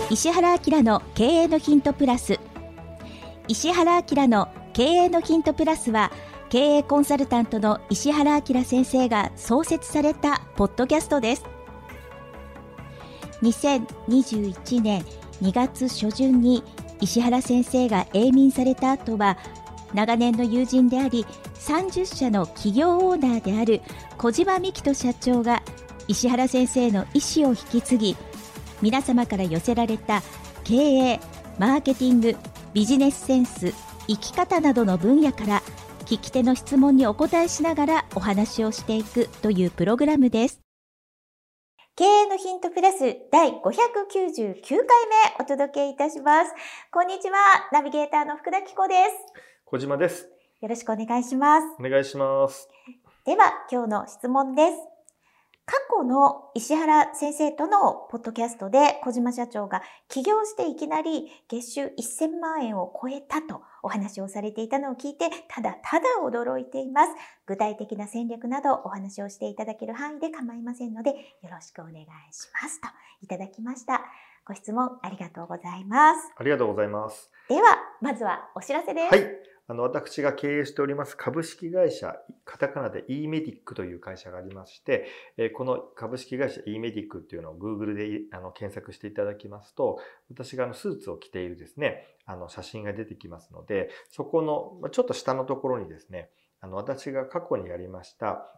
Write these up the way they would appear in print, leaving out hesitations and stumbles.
石原明の経営のヒントプラス。石原明の経営のヒントプラスは、経営コンサルタントの石原明先生が創設されたポッドキャストです。2021年2月初旬に石原先生が永眠された後は、長年の友人であり30社の企業オーナーである小島幹人社長が石原先生の意思を引き継ぎ、皆様から寄せられた経営、マーケティング、ビジネスセンス、生き方などの分野から聞き手の質問にお答えしながらお話をしていくというプログラムです。経営のヒントプラス第599回目お届けいたします。こんにちは、ナビゲーターの福田紀子です。 小島です。 よろしくお願いします。 お願いします。 では今日の質問です。過去の石原先生とのポッドキャストで小島社長が起業していきなり月収1000万円を超えたとお話をされていたのを聞いて、ただただ驚いています。具体的な戦略などお話をしていただける範囲で構いませんので、よろしくお願いしますといただきました。ご質問ありがとうございます。 ありがとうございます。 ではまずはお知らせです。 はい。私が経営しております株式会社、カタカナで E-MEDIC という会社がありまして、この株式会社 E-MEDIC っていうのを Google で検索していただきますと、私がスーツを着ているですね、写真が出てきますので、そこのちょっと下のところにですね、私が過去にやりました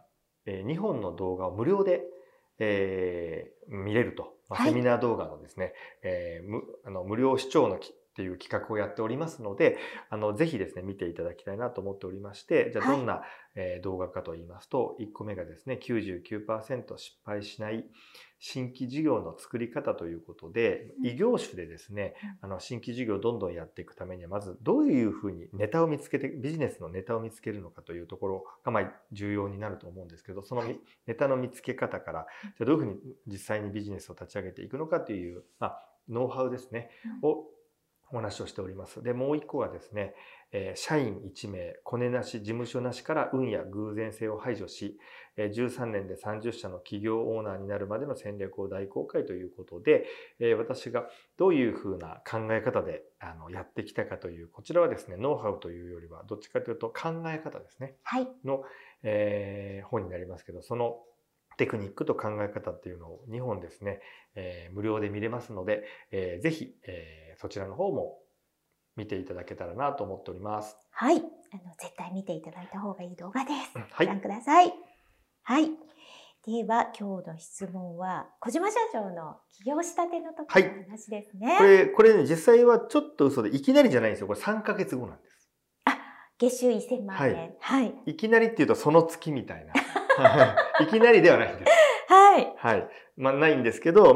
、2本の動画を無料で、見れると、セミナー動画のですね、無料視聴のっていう企画をやっておりますので、ぜひですね、見ていただきたいなと思っておりまして、じゃあどんな、動画かと言いますと、1個目がですね、99% 失敗しない新規事業の作り方ということで、異業種でですね、新規事業をどんどんやっていくためには、まずどういうふうにネタを見つけて、ビジネスのネタを見つけるのかというところが重要になると思うんですけど、そのネタの見つけ方から、じゃあどういうふうに実際にビジネスを立ち上げていくのかという、ノウハウですね、をお話をしております。で、もう一個はですね、社員1名、コネなし、事務所なしから運や偶然性を排除し、13年で30社の企業オーナーになるまでの戦略を大公開ということで、私がどういうふうな考え方でやってきたかという、こちらはですね、ノウハウというよりは、どっちかというと考え方ですね、 はい、 の、本になりますけど、そのテクニックと考え方っていうのを2本ですね、無料で見れますので、ぜひ、そちらの方も見ていただけたらなと思っております。 はい。絶対見ていただいた方がいい動画です。 はい。 ご覧ください。はい。では、今日の質問は、小島社長の起業したての時の話ですね。 はい、これね、実際はちょっと嘘で、いきなりじゃないんですよ。これ3ヶ月後なんです。 月収1000万円。 はい。いきなりっていうと、その月みたいな。いきなりではないんです。 はい。 はい。ないんですけど、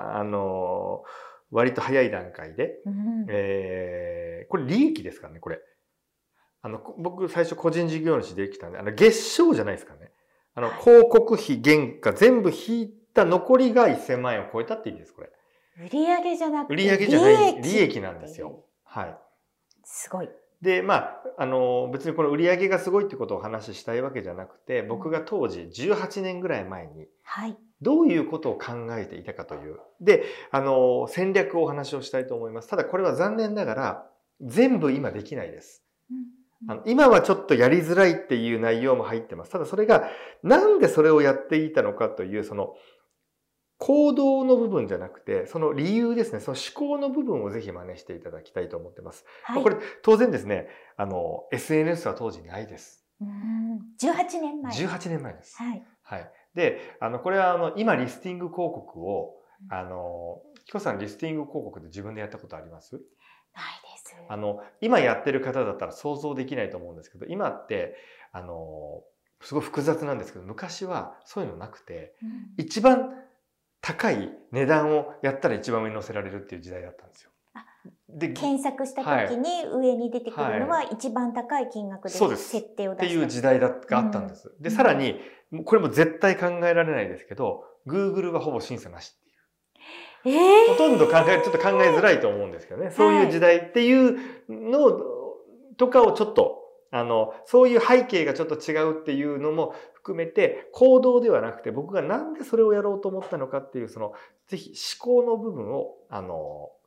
割と早い段階で、これ利益ですからね、これ。僕最初個人事業主できたんで、月賞じゃないですからね。広告費、原価全部引いた残りが1000万円を超えたって意味です、これ。 売上じゃなくて、 売上じゃない、利益なんですよ。はい。 すごい。 で、別にこの売上がすごいってことをお話ししたいわけじゃなくて、僕が当時18年ぐらい前に、どういうことを考えていたかという。で、戦略をお話をしたいと思います。ただこれは残念ながら、全部今できないです。今はちょっとやりづらいっていう内容も入ってます。ただそれが、なんでそれをやっていたのかという、その、行動の部分じゃなくて、その理由ですね、その思考の部分をぜひ真似していただきたいと思ってます。はい、これ、当然ですね、SNS は当時ないです。 18年前。 18年前です。 はい。 はい。で、これは今リスティング広告を、紀子さんリスティング広告で自分でやったことあります？ ないです。 今やってる方だったら想像できないと思うんですけど、今って、すごい複雑なんですけど、昔はそういうのなくて、一番高い値段をやったら一番上に載せられるっていう時代だったんですよ。 で、検索した時に上に出てくるのは一番高い金額で設定を出したっていう時代があったんです。で、さらに、これも絶対考えられないですけど、Google はほぼ審査なしっていう。ほとんどちょっと考えづらいと思うんですけどね。そういう時代っていうのとかをちょっと、そういう背景がちょっと違うっていうのも含めて、行動ではなくて僕がなんでそれをやろうと思ったのかっていう、ぜひ思考の部分を、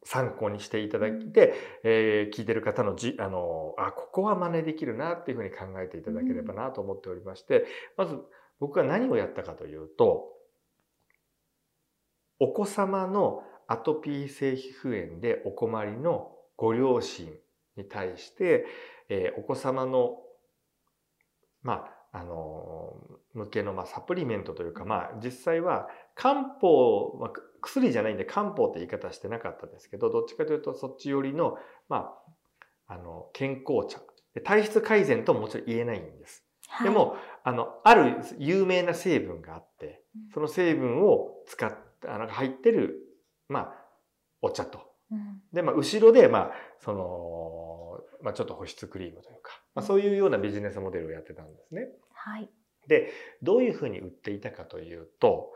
参考にしていただいて、聞いてる方のここは真似できるなっていうふうに考えていただければなと思っておりまして、まず僕は何をやったかというと、お子様のアトピー性皮膚炎でお困りのご両親に対して、お子様の向けのサプリメントというか、実際は漢方、薬じゃないんで漢方って言い方してなかったですけど、どっちかというとそっち寄りの、健康茶。体質改善とももちろん言えないんです。はい、でも、ある有名な成分があって、その成分を使って、入ってる、お茶と。で、後ろで、ちょっと保湿クリームというか、そういうようなビジネスモデルをやってたんですね。 はい。 で、どういうふうに売っていたかというと、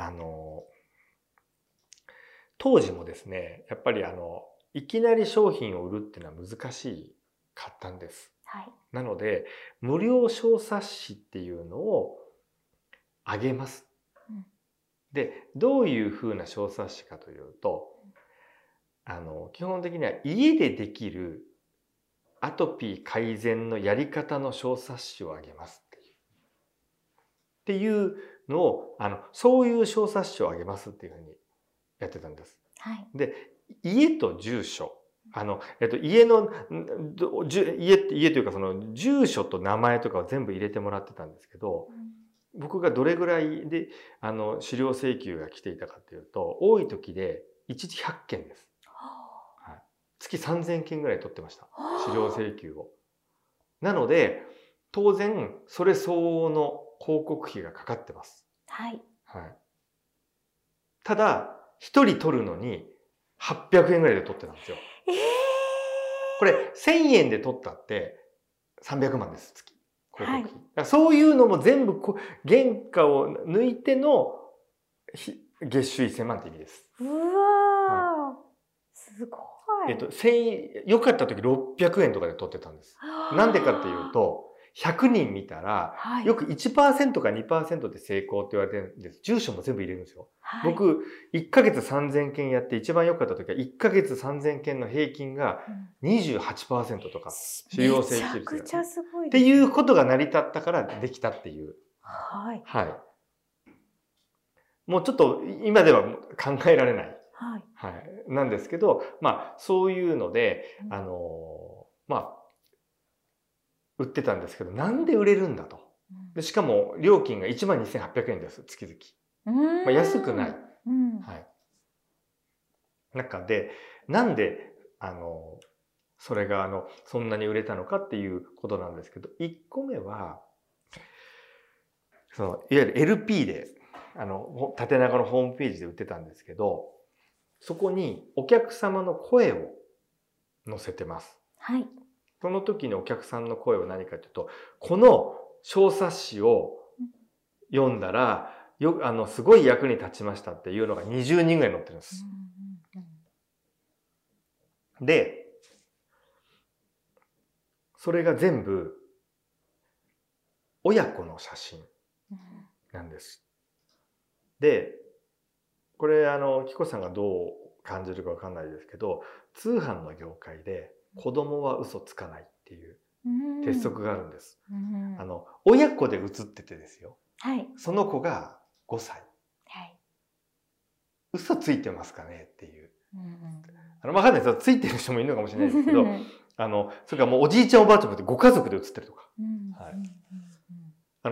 当時もですね、やっぱりいきなり商品を売るっていうのは難しかったんです。 はい。 なので、無料小冊子っていうのをあげます。で、どういうふうな小冊子かというと、基本的には家でできるアトピー改善のやり方の小冊子をあげますっていうのを、そういう小冊子をあげますっていうふうにやってたんです。 はい。 で、家と住所。家の、家というかその住所と名前とかを全部入れてもらってたんですけど、僕がどれぐらいで、資料請求が来ていたかというと、多い時で1日100件です。はい、月3000件ぐらい取ってました。資料請求を。なので、当然、それ相応の広告費がかかってます。 はい。 はい。ただ、1人取るのに800円ぐらいで取ってたんですよ。これ、1000円で取ったって300万です、月。広告費。はい、そういうのも全部原価を抜いての月収1000万って意味です。 うわー、すごい。 良かった時600円とかで取ってたんです。なんでかっていうと、100人見たら、よく 1% か 2% で成功って言われてるんです。住所も全部入れるんですよ。はい、僕、1ヶ月3000件やって一番良かった時は、1ヶ月3000件の平均が 28% とか、主要請求率。 めちゃくちゃすごい。 っていうことが成り立ったからできたっていう。 はい。 はい。もうちょっと今では考えられない。 はい。 はい。なんですけど、そういうので、売ってたんですけど、なんで売れるんだと。でしかも、料金が12,800円です、月々。安くない。はい。中で、なんで、それが、そんなに売れたのかっていうことなんですけど、1個目は、いわゆる LP で、縦長のホームページで売ってたんですけど、そこにお客様の声を載せてます。 はい。 その時にお客さんの声は何かというと、この小冊子を読んだら、すごい役に立ちましたっていうのが20人ぐらい載ってるんです。で、それが全部、親子の写真なんです。で、これ、キコさんがどう感じるかわかんないですけど、通販の業界で子供は嘘つかないっていう鉄則があるんです。親子で写っててですよ。 はい。 その子が5歳。 はい。 嘘ついてますかねっていう。わかんないですよ。ついてる人もいるのかもしれないですけど、それからもうおじいちゃんおばあちゃんもご家族で写ってるとか。はい。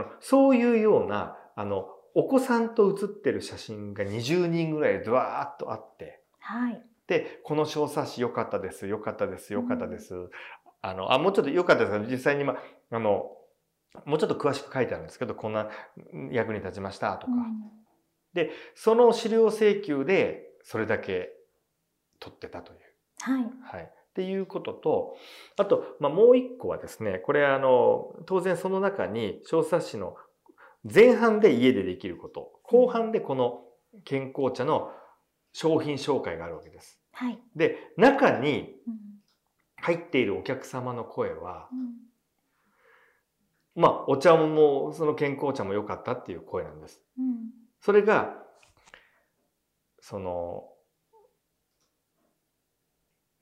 そういうような、お子さんと写ってる写真が20人ぐらいドワーッとあって、 はい。 で、この小冊子良かったです、良かったです、良かったです。もうちょっと良かったですが、実際にもうちょっと詳しく書いてあるんですけど、こんな役に立ちましたとか。で、その資料請求でそれだけ取ってたという。 はい。 はい。っていうことと、あと、もう一個はですね、これ当然その中に小冊子の前半で家でできること、後半でこの健康茶の商品紹介があるわけです。 はい。 で、中に入っているお客様の声は、お茶もその健康茶も良かったっていう声なんです。それが、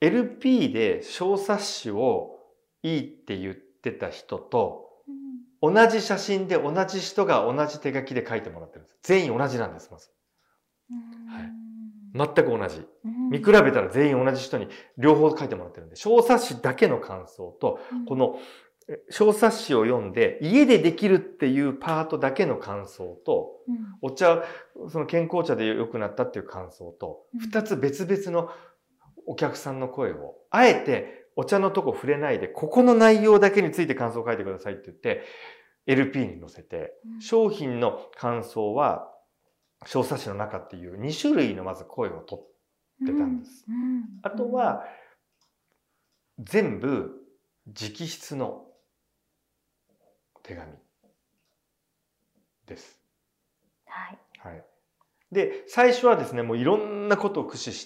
LP で小冊子をいいって言ってた人と、同じ写真で同じ人が同じ手書きで書いてもらってるんです。全員同じなんです、まず。はい、全く同じ。見比べたら全員同じ人に両方書いてもらってるんで、小冊子だけの感想と、この小冊子を読んで家でできるっていうパートだけの感想と、お茶、その健康茶で良くなったっていう感想と、二つ別々のお客さんの声を、あえてお茶のとこ触れないで、ここの内容だけについて感想を書いてくださいって言って、LP に載せて、商品の感想は小冊子の中っていう2種類のまず声を取ってたんです。あとは、全部直筆の手紙です。 はい。 はい。で、最初はですね、もういろんなことを駆使して、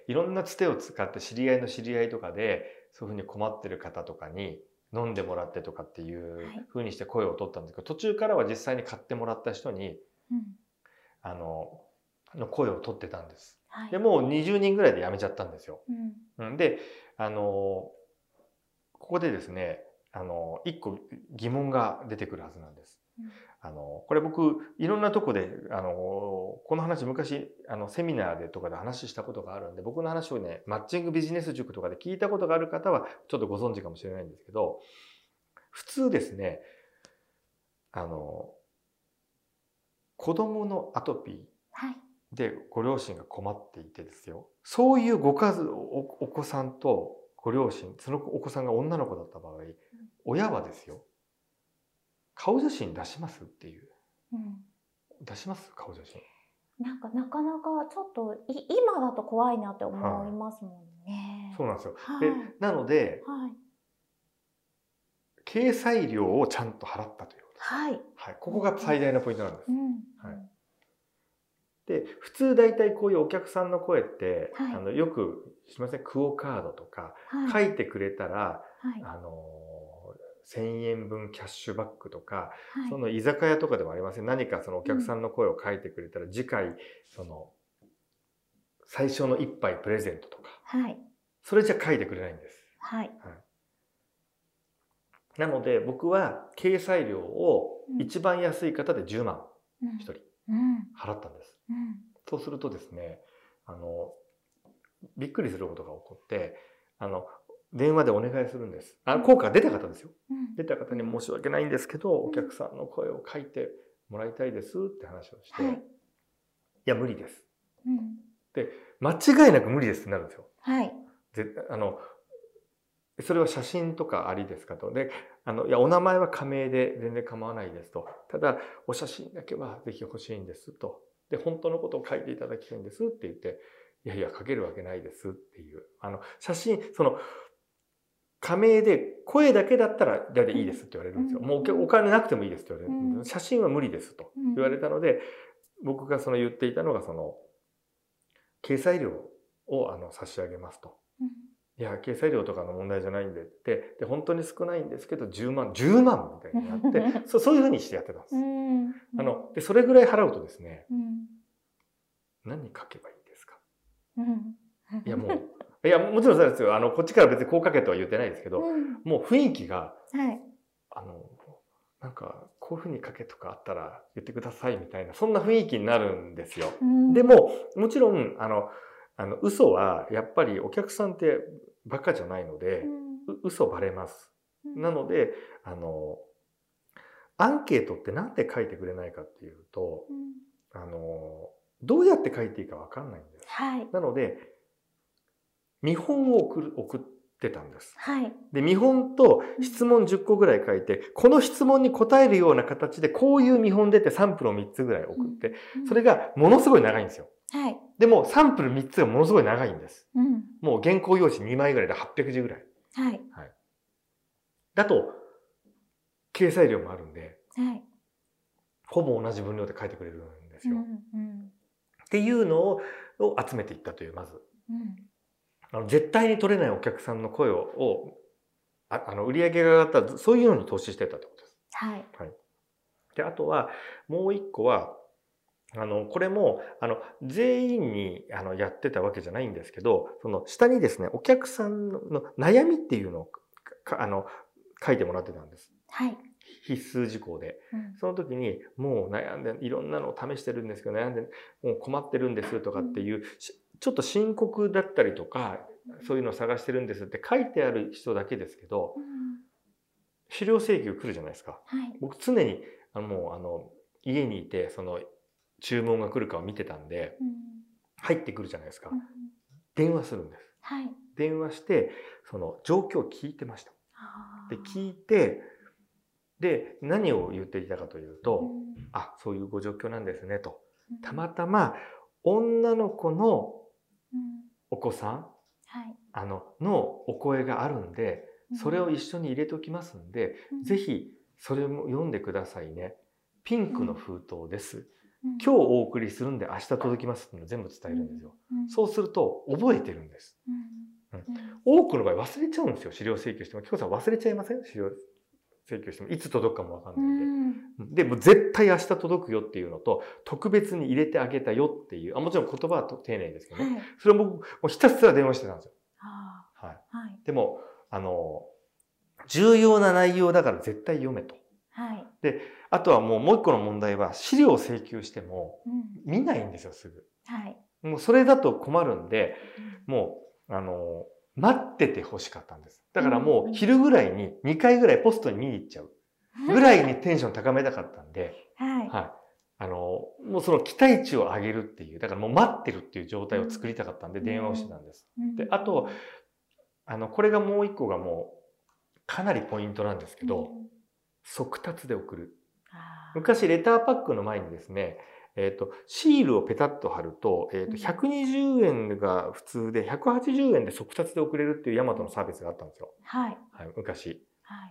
いろんなつてを使って知り合いの知り合いとかで、そういうふうに困ってる方とかに飲んでもらってとかっていうふうにして声を取ったんですけど、途中からは実際に買ってもらった人に、声を取ってたんです。で、もう20人ぐらいで辞めちゃったんですよ。で、ここでですね、一個疑問が出てくるはずなんです。これ僕いろんなとこでこの話昔セミナーでとかで話したことがあるんで、僕の話をねマッチングビジネス塾とかで聞いたことがある方はちょっとご存知かもしれないんですけど、普通ですね、子供のアトピーでご両親が困っていてですよ、そういうお子さんとご両親、そのお子さんが女の子だった場合、親はですよ、顔写真出しますっていう、出します顔写真。 なかなかちょっと今だと怖いなって思いますもんね。 そうなんですよ。で、なので、掲載料をちゃんと払ったということです。はい。ここが最大のポイントなんです。で、普通大体こういうお客さんの声って、よくすみません、クオカードとか書いてくれたら、1000円分キャッシュバックとか、その居酒屋とかでもありません。何かそのお客さんの声を書いてくれたら、次回その最初の一杯プレゼントとか、それじゃ書いてくれないんです。なので僕は掲載料を一番安い方で10万1人払ったんです。そうするとですね、びっくりすることが起こって、電話でお願いするんです。効果が出た方ですよ。出た方に申し訳ないんですけど、お客さんの声を書いてもらいたいですって話をして、いや、無理です。で、間違いなく無理ですってなるんですよ。それは写真とかありですかと。で、いや、お名前は仮名で全然構わないですと。ただ、お写真だけはぜひ欲しいんですと。で、本当のことを書いていただきたいんですって言って、いやいや、書けるわけないですっていう。写真、仮名で声だけだったら大体いいですって言われるんですよ。もうお金なくてもいいですって言われる。写真は無理ですと言われたので、僕が言っていたのが掲載料を差し上げますと。いや、掲載料とかの問題じゃないんでって、で、本当に少ないんですけど、10万みたいになって、そういうふうにしてやってたんです。で、それぐらい払うとですね、何書けばいいですか？いや、もちろんそうですよ。こっちから別にこう書けとは言ってないですけど、もう雰囲気が、なんか、こういうふうに書けとかあったら言ってくださいみたいな、そんな雰囲気になるんですよ。でも、もちろん、嘘は、やっぱりお客さんってバカじゃないので、嘘バレます。なので、アンケートってなんで書いてくれないかっていうと、どうやって書いていいかわかんないんです。なので、見本を送ってたんです。で、見本と質問10個ぐらい書いて、この質問に答えるような形で、こういう見本出てサンプルを3つぐらい送って、それがものすごい長いんですよ。でも、サンプル3つがものすごい長いんです。もう原稿用紙2枚ぐらいで800字ぐらい。だと、掲載料もあるんで、ほぼ同じ分量で書いてくれるんですよ。っていうのを集めていったという、まず。絶対に取れないお客さんの声を売り上げが上がったら、そういうのに投資してたってことです。で、あとは、もう一個は、 これも、全員に、やってたわけじゃないんですけど、その下にですね、お客さんの悩みっていうのを、書いてもらってたんです。 はい。 必須事項で。 うん。 その時に、もう悩んで、いろんなのを試してるんですけど、悩んで、もう困ってるんですとかっていう、ちょっと深刻だったりとか、そういうのを探してるんですって書いてある人だけですけど、資料請求来るじゃないですか。 はい。 僕常に、もう、家にいて、その、注文が来るかを見てたんで、入ってくるじゃないですか。電話するんです。 はい。 電話して、その状況を聞いてました。で、聞いて、で、何を言っていたかというと、あ、そういうご状況なんですね、と。たまたま、女の子のお子さん、のお声があるんで、それを一緒に入れておきますんで、ぜひ、それも読んでくださいね。ピンクの封筒です。今日お送りするんで明日届きますっていうのを全部伝えるんですよ。そうすると覚えてるんです。多くの場合忘れちゃうんですよ。資料請求しても。キコさん忘れちゃいません？資料請求しても。いつ届くかもわかんないんで。で、もう絶対明日届くよっていうのと、特別に入れてあげたよっていう。もちろん言葉は丁寧ですけどね。それを僕、もうひたすら電話してたんですよ。はい。でも、重要な内容だから絶対読めと。で、あとはもう一個の問題は、資料を請求しても見ないんですよ、すぐ。もうそれだと困るんで、もう、待ってて欲しかったんです。だからもう昼ぐらいに2回ぐらいポストに見に行っちゃうぐらいにテンション高めたかったんで、はい。もうその期待値を上げるっていう、だからもう待ってるっていう状態を作りたかったんで電話をしてたんです。で、あと、これがもう一個がもうかなりポイントなんですけど、速達で送る。昔レターパックの前にですね、シールをペタッと貼ると、120円が普通で180円で速達で送れるっていうヤマトのサービスがあったんですよ。はい。昔。はい。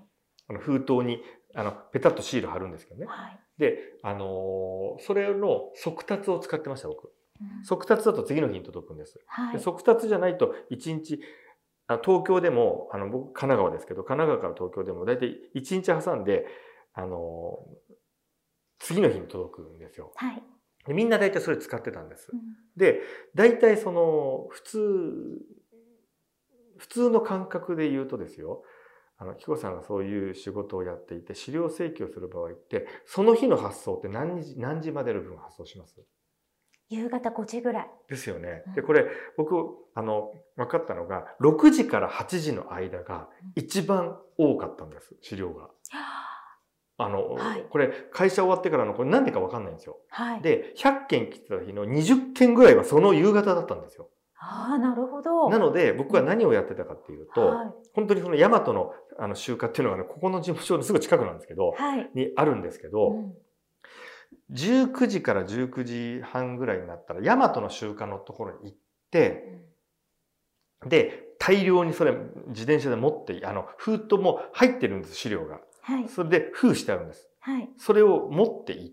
封筒に、ペタッとシール貼るんですけどね。はい。で、それの速達を使ってました、僕。速達だと次の日に届くんです。はい。で速達じゃないと1日、東京でも、僕、神奈川ですけど、神奈川から東京でも、だいたい1日挟んで、次の日に届くんですよ。はい。でみんなだいたいそれ使ってたんです。で、だいたいその、普通の感覚で言うとですよ、キコさんがそういう仕事をやっていて、資料請求する場合って、その日の発送って何時までの分発送します？ 夕方5時ぐらい。 ですよね。で、これ、僕、分かったのが、6時から8時の間が一番多かったんです、資料が。はい、これ、会社終わってからの、これ何でか分かんないんですよ。はい、で、100件来てた日の20件ぐらいはその夕方だったんですよ。 ああ、なるほど。 なので、僕は何をやってたかっていうと、はい、本当にその大和の集荷っていうのがね、ここの事務所のすぐ近くなんですけど、はい、にあるんですけど、19時から19時半ぐらいになったら、大和の集荷のところに行って、で、大量にそれ、自転車で持って、封筒も入ってるんです、資料が。はい、それで封してあるんです。はい、それを持って行って、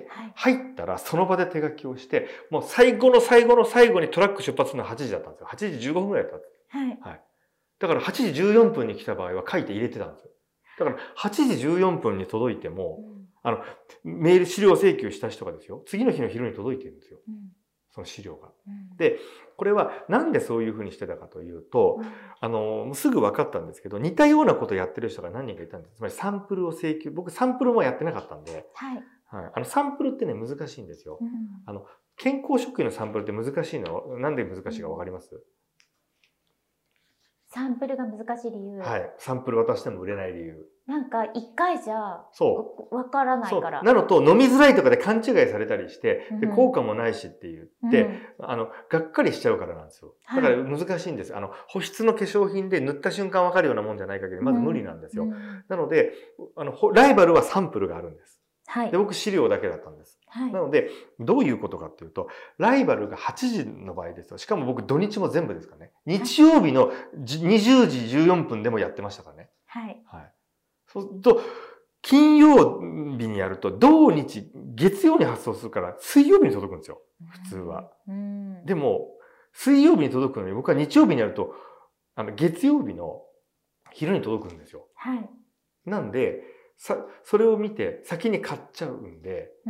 はい、入ったらその場で手書きをして、もう最後の最後の最後にトラック出発するのは8時だったんですよ。8時15分ぐらいだったんです。はい。はい。だから8時14分に来た場合は書いて入れてたんですよ。だから8時14分に届いても、メール資料請求した人がですよ、次の日の昼に届いてるんですよ。その資料が。で、これはなんでそういうふうにしてたかというと、すぐ分かったんですけど、似たようなことをやってる人が何人かいたんです。つまりサンプルを請求、僕サンプルもやってなかったんで、はい。サンプルってね、難しいんですよ。健康食品のサンプルって難しいのは、なんで難しいか分かります？ サンプルが難しい理由。 はい。サンプル渡しても売れない理由。 なんか一回じゃわからないから。 なのと飲みづらいとかで勘違いされたりして、で効果もないしって言って、がっかりしちゃうからなんですよ。だから難しいんです。保湿の化粧品で塗った瞬間わかるようなもんじゃない限りまず無理なんですよ。なので、ライバルはサンプルがあるんです。はい、で僕資料だけだったんです。はい、なので、どういうことかっていうと、ライバルが8時の場合ですよ。しかも僕土日も全部ですからね。日曜日の20時14分でもやってましたからね。はい。はい。そうすると、金曜日にやると、土日、月曜に発送するから、水曜日に届くんですよ。普通は。でも、水曜日に届くのに、僕は日曜日にやると、月曜日の昼に届くんですよ。はい。なんで、 それを見て先に買っちゃうんで、 うん、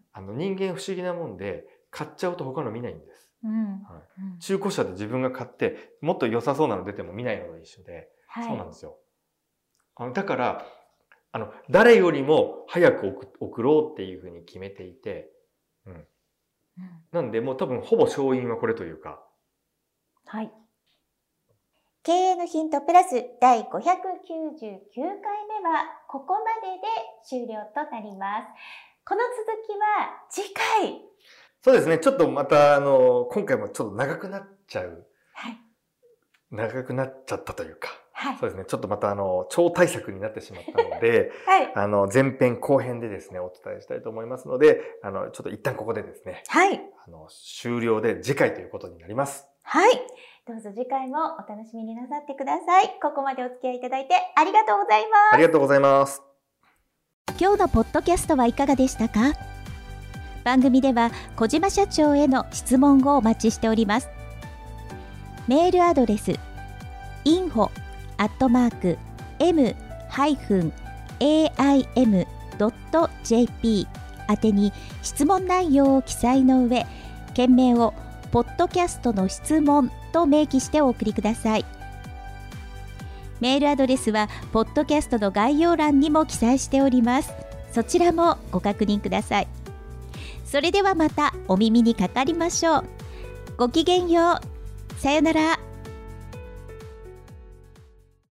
人間不思議なもんで買っちゃうと他の見ないんです。 うんはい、中古車で自分が買ってもっと良さそうなの出ても見ないのと一緒で、 はい、 そうなんですよ。だから誰よりも早く送ろうっていうふうに決めていて、うん、なんでもう多分ほぼ勝因はこれというか。 はい。経営のヒントプラス第599回目はここまでで終了となります。この続きは次回。 そうですね。ちょっとまた今回もちょっと長くなっちゃう。 はい。 長くなっちゃったというか。 はい。 そうですね。ちょっとまた超大作になってしまったので、 はい。 前編後編でですね、お伝えしたいと思いますので、ちょっと一旦ここでですね。 はい。 終了で次回ということになります。 はい。どうぞ次回もお楽しみになさってください。ここまでお付き合いいただいてありがとうございます。 ありがとうございます。 今日のポッドキャストはいかがでしたか？番組では小島社長への質問をお待ちしております。メールアドレス info@m-aim.jp 宛てに質問内容を記載の上、件名をポッドキャストの質問と明記してお送りください。メールアドレスはポッドキャストの概要欄にも記載しております。そちらもご確認ください。それではまたお耳にかかりましょう。ごきげんよう。さよなら。